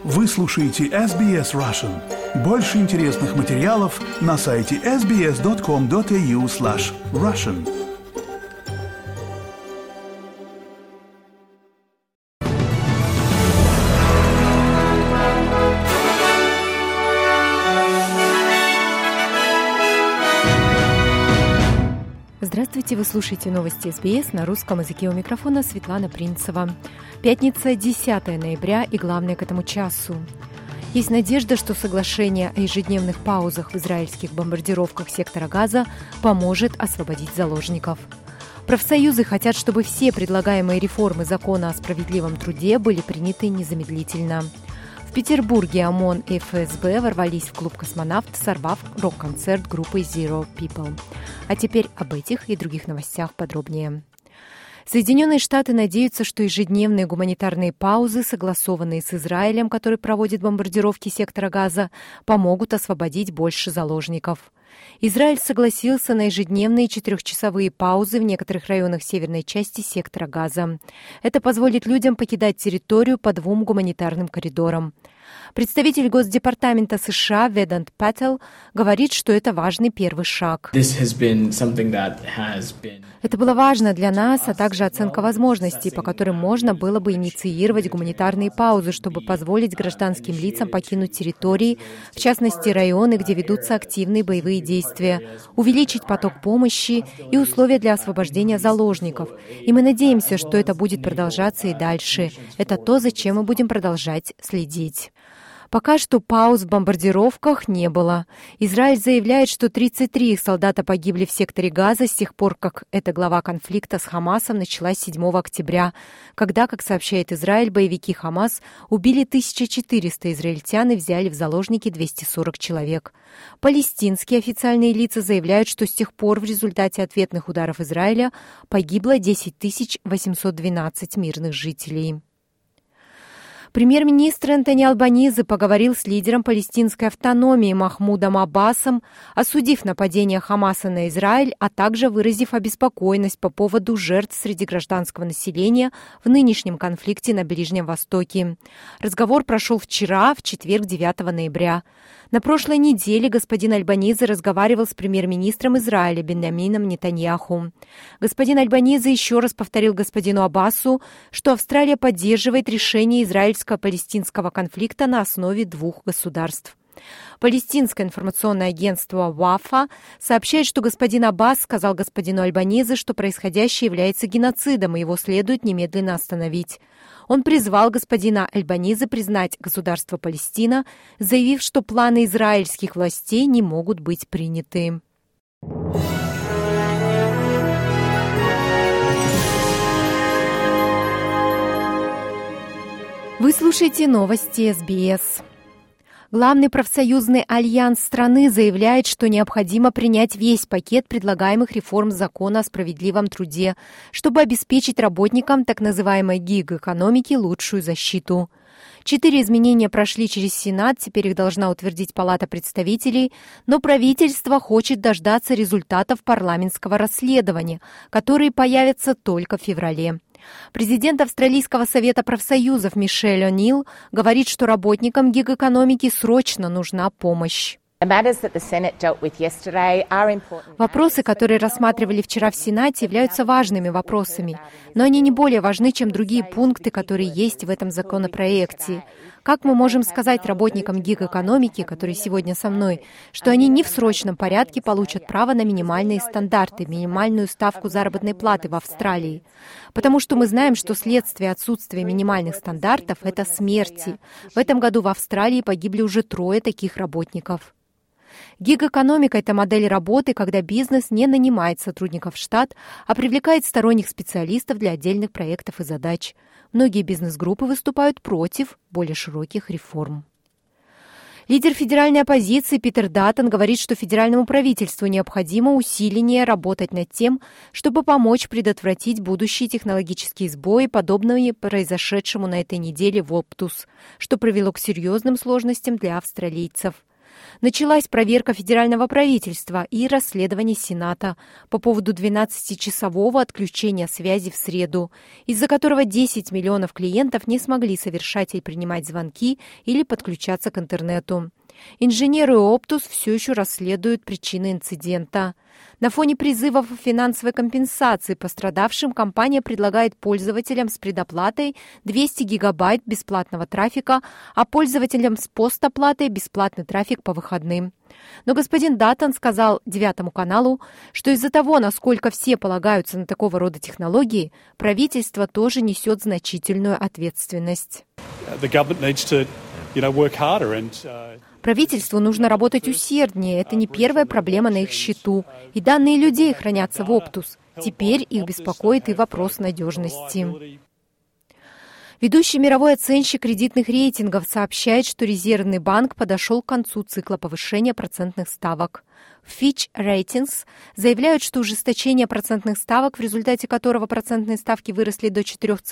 Вы слушаете SBS Russian. Больше интересных материалов на сайте sbs.com.au/russian. Здравствуйте, вы слушаете новости СБС на русском языке. У микрофона Светлана Принцева. Пятница, 10 ноября и главное к этому часу. Есть надежда, что соглашение о ежедневных паузах в израильских бомбардировках сектора Газа поможет освободить заложников. Профсоюзы хотят, чтобы все предлагаемые реформы закона о справедливом труде были приняты незамедлительно. В Петербурге ОМОН и ФСБ ворвались в клуб «Космонавт», сорвав рок-концерт группы Zero People. А теперь об этих и других новостях подробнее. Соединенные Штаты надеются, что ежедневные гуманитарные паузы, согласованные с Израилем, который проводит бомбардировки сектора Газа, помогут освободить больше заложников. Израиль согласился на ежедневные 4-часовые паузы в некоторых районах северной части сектора Газа. Это позволит людям покидать территорию по 2 гуманитарным коридорам. Представитель Госдепартамента США Ведант Паттел говорит, что это важный первый шаг. Это было важно для нас, а также оценка возможностей, по которым можно было бы инициировать гуманитарные паузы, чтобы позволить гражданским лицам покинуть территории, в частности районы, где ведутся активные боевые действия, увеличить поток помощи и условия для освобождения заложников. И мы надеемся, что это будет продолжаться и дальше. Это то, зачем мы будем продолжать следить. Пока что пауз в бомбардировках не было. Израиль заявляет, что 33 их солдата погибли в секторе Газа с тех пор, как эта глава конфликта с Хамасом началась 7 октября, когда, как сообщает Израиль, боевики Хамас убили 1400 израильтян и взяли в заложники 240 человек. Палестинские официальные лица заявляют, что с тех пор в результате ответных ударов Израиля погибло 10 812 мирных жителей. Премьер-министр Энтони Албанезе поговорил с лидером палестинской автономии Махмудом Аббасом, осудив нападение Хамаса на Израиль, а также выразив обеспокоенность по поводу жертв среди гражданского населения в нынешнем конфликте на Ближнем Востоке. Разговор прошел вчера, в четверг, 9 ноября. На прошлой неделе господин Албанезе разговаривал с премьер-министром Израиля Биньямином Нетаньяху. Господин Албанезе еще раз повторил господину Аббасу, что Австралия поддерживает решение израильско-палестинского конфликта на основе 2 государств. Палестинское информационное агентство ВАФА сообщает, что господин Аббас сказал господину Албанезе, что происходящее является геноцидом, и его следует немедленно остановить. Он призвал господина Албанезе признать государство Палестина, заявив, что планы израильских властей не могут быть приняты. Вы слушаете новости СБС. Главный профсоюзный альянс страны заявляет, что необходимо принять весь пакет предлагаемых реформ закона о справедливом труде, чтобы обеспечить работникам так называемой гиг-экономики лучшую защиту. 4 изменения прошли через Сенат, теперь их должна утвердить Палата представителей, но правительство хочет дождаться результатов парламентского расследования, которые появятся только в феврале. Президент Австралийского совета профсоюзов Мишель О'Нил говорит, что работникам гиг-экономики срочно нужна помощь. Вопросы, которые рассматривали вчера в Сенате, являются важными вопросами, но они не более важны, чем другие пункты, которые есть в этом законопроекте. Как мы можем сказать работникам гиг-экономики, которые сегодня со мной, что они не в срочном порядке получат право на минимальные стандарты, минимальную ставку заработной платы в Австралии? Потому что мы знаем, что следствие отсутствия минимальных стандартов – это смерти. В этом году в Австралии погибли уже 3 таких работников. Гиг-экономика – это модель работы, когда бизнес не нанимает сотрудников в штат, а привлекает сторонних специалистов для отдельных проектов и задач. Многие бизнес-группы выступают против более широких реформ. Лидер федеральной оппозиции Питер Даттон говорит, что федеральному правительству необходимо усиленнее работать над тем, чтобы помочь предотвратить будущие технологические сбои, подобные произошедшему на этой неделе в Оптус, что привело к серьезным сложностям для австралийцев. Началась проверка федерального правительства и расследование Сената по поводу 12-часового отключения связи в среду, из-за которого 10 миллионов клиентов не смогли совершать или принимать звонки или подключаться к интернету. Инженеры Optus все еще расследуют причины инцидента. На фоне призывов о финансовой компенсации пострадавшим компания предлагает пользователям с предоплатой 200 гигабайт бесплатного трафика, а пользователям с постоплатой бесплатный трафик по выходным. Но господин Даттон сказал 9 каналу, что из-за того, насколько все полагаются на такого рода технологии, правительство тоже несет значительную ответственность. Правительству нужно работать усерднее. Это не первая проблема на их счету. И данные людей хранятся в Optus. Теперь их беспокоит и вопрос надежности. Ведущий мировой оценщик кредитных рейтингов сообщает, что Резервный банк подошел к концу цикла повышения процентных ставок. Fitch Ratings заявляют, что ужесточение процентных ставок, в результате которого процентные ставки выросли до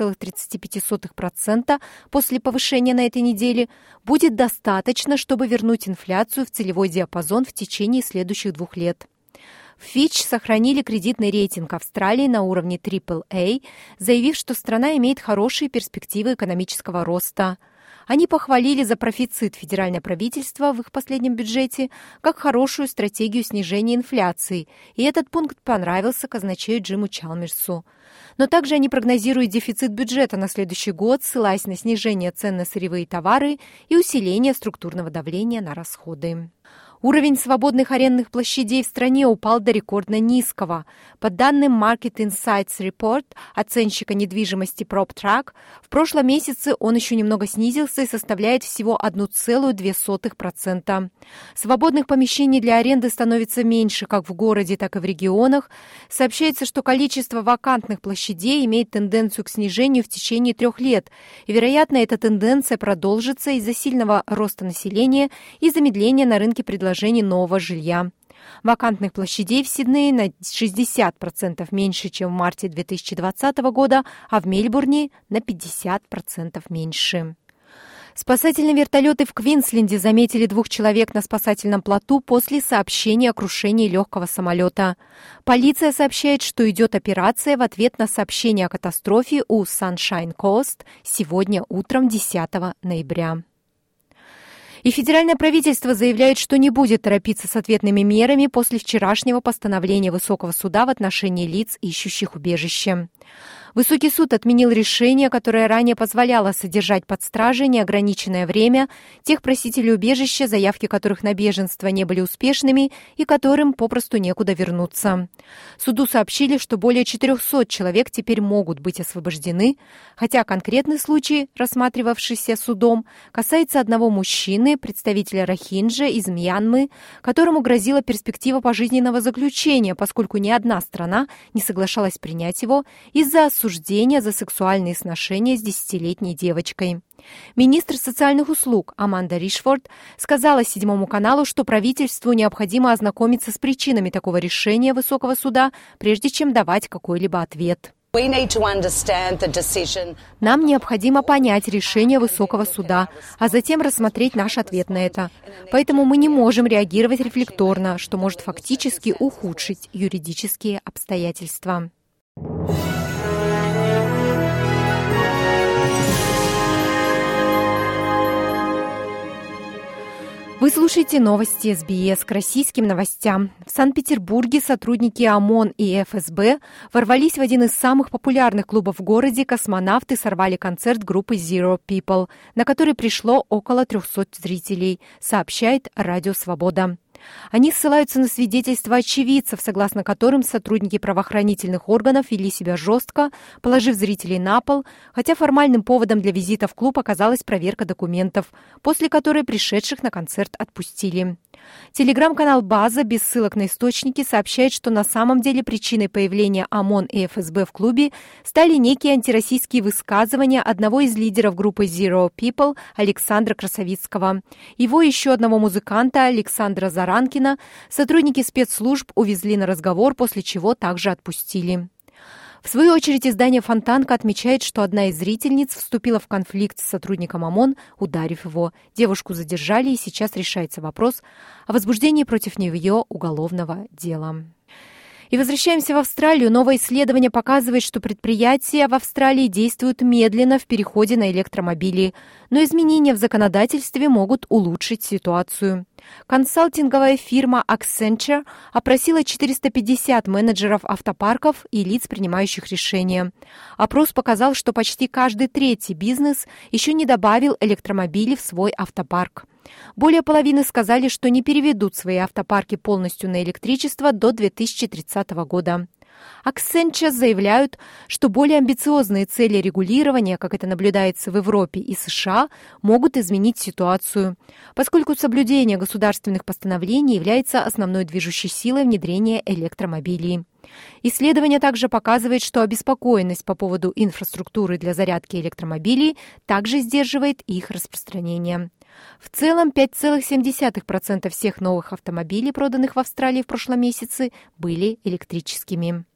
4,35% после повышения на этой неделе, будет достаточно, чтобы вернуть инфляцию в целевой диапазон в течение следующих 2 лет. Fitch сохранили кредитный рейтинг Австралии на уровне AAA, заявив, что страна имеет хорошие перспективы экономического роста. Они похвалили за профицит федеральное правительство в их последнем бюджете как хорошую стратегию снижения инфляции, и этот пункт понравился казначею Джиму Чалмерсу. Но также они прогнозируют дефицит бюджета на следующий год, ссылаясь на снижение цен на сырьевые товары и усиление структурного давления на расходы. Уровень свободных арендных площадей в стране упал до рекордно низкого. По данным Market Insights Report, оценщика недвижимости PropTrack, в прошлом месяце он еще немного снизился и составляет всего 1,02%. Свободных помещений для аренды становится меньше как в городе, так и в регионах. Сообщается, что количество вакантных площадей имеет тенденцию к снижению в течение 3 лет. И, вероятно, эта тенденция продолжится из-за сильного роста населения и замедления на рынке предложения нового жилья. Вакантных площадей в Сиднее на 60% меньше, чем в марте 2020 года, а в Мельбурне на 50% меньше. Спасательные вертолеты в Квинсленде заметили 2 человек на спасательном плоту после сообщения о крушении легкого самолета. Полиция сообщает, что идет операция в ответ на сообщение о катастрофе у Sunshine Coast сегодня утром 10 ноября. И федеральное правительство заявляет, что не будет торопиться с ответными мерами после вчерашнего постановления Высокого суда в отношении лиц, ищущих убежище. Высокий суд отменил решение, которое ранее позволяло содержать под стражей неограниченное время тех просителей убежища, заявки которых на беженство не были успешными и которым попросту некуда вернуться. Суду сообщили, что более 400 человек теперь могут быть освобождены, хотя конкретный случай, рассматривавшийся судом, касается одного мужчины, представителя Рохинджа из Мьянмы, которому грозила перспектива пожизненного заключения, поскольку ни одна страна не соглашалась принять его из-за осуждения за сексуальные сношения с 10-летней девочкой. Министр социальных услуг Аманда Ришфорд сказала 7 каналу, что правительству необходимо ознакомиться с причинами такого решения Высокого суда, прежде чем давать какой-либо ответ. Нам необходимо понять решение Высокого суда, а затем рассмотреть наш ответ на это. Поэтому мы не можем реагировать рефлекторно, что может фактически ухудшить юридические обстоятельства. Вы слушаете новости СБС к российским новостям. В Санкт-Петербурге сотрудники ОМОН и ФСБ ворвались в один из самых популярных клубов в городе. Космонавты сорвали концерт группы Zero People, на который пришло около 300 зрителей, сообщает Радио Свобода. Они ссылаются на свидетельства очевидцев, согласно которым сотрудники правоохранительных органов вели себя жестко, положив зрителей на пол, хотя формальным поводом для визита в клуб оказалась проверка документов, после которой пришедших на концерт отпустили. Телеграм-канал «База» без ссылок на источники сообщает, что на самом деле причиной появления ОМОН и ФСБ в клубе стали некие антироссийские высказывания одного из лидеров группы Zero People Александра Красовицкого. Его и еще одного музыканта Александра Заранкина сотрудники спецслужб увезли на разговор, после чего также отпустили. В свою очередь, издание «Фонтанка» отмечает, что одна из зрительниц вступила в конфликт с сотрудником ОМОН, ударив его. Девушку задержали, и сейчас решается вопрос о возбуждении против нее уголовного дела. И возвращаемся в Австралию. Новое исследование показывает, что предприятия в Австралии действуют медленно в переходе на электромобили, но изменения в законодательстве могут улучшить ситуацию. Консалтинговая фирма Accenture опросила 450 менеджеров автопарков и лиц, принимающих решения. Опрос показал, что почти каждый третий бизнес еще не добавил электромобили в свой автопарк. Более половины сказали, что не переведут свои автопарки полностью на электричество до 2030 года. Accenture заявляют, что более амбициозные цели регулирования, как это наблюдается в Европе и США, могут изменить ситуацию, поскольку соблюдение государственных постановлений является основной движущей силой внедрения электромобилей. Исследование также показывает, что обеспокоенность по поводу инфраструктуры для зарядки электромобилей также сдерживает их распространение. В целом, 5,7% всех новых автомобилей, проданных в Австралии в прошлом месяце, были электрическими.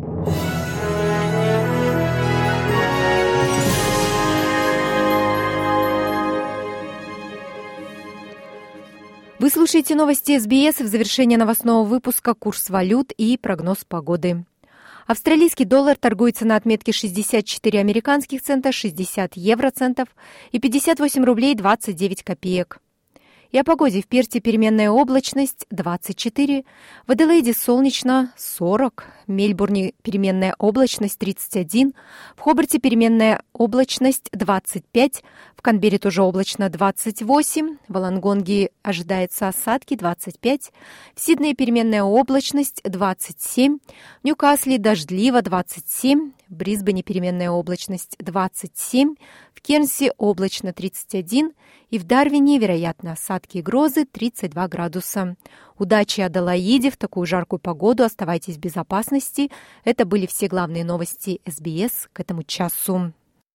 Вы слушаете новости СБС. В завершение новостного выпуска курс валют и прогноз погоды. Австралийский доллар торгуется на отметке 64 американских цента, 60 евроцентов и 58 рублей 29 копеек. И о погоде: в Перте переменная облачность 24, в Аделаиде солнечно 40, в Мельбурне переменная облачность 31, в Хобарте переменная облачность 25, в Канберре тоже облачно 28, в Волонгонге ожидается осадки 25, в Сиднее переменная облачность 27, в Ньюкасле дождливо 27, в Брисбене переменная облачность 27, в Кернсе облачно 31 и в Дарвине, вероятно, осадки и грозы 32 градуса. Удачи Аделаиде в такую жаркую погоду, оставайтесь в безопасности. Это были все главные новости СБС к этому часу.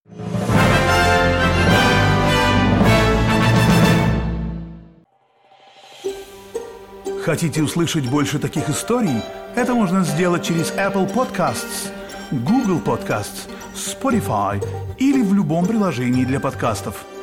Хотите услышать больше таких историй? Это можно сделать через Apple Podcasts, Google Podcasts, Spotify или в любом приложении для подкастов.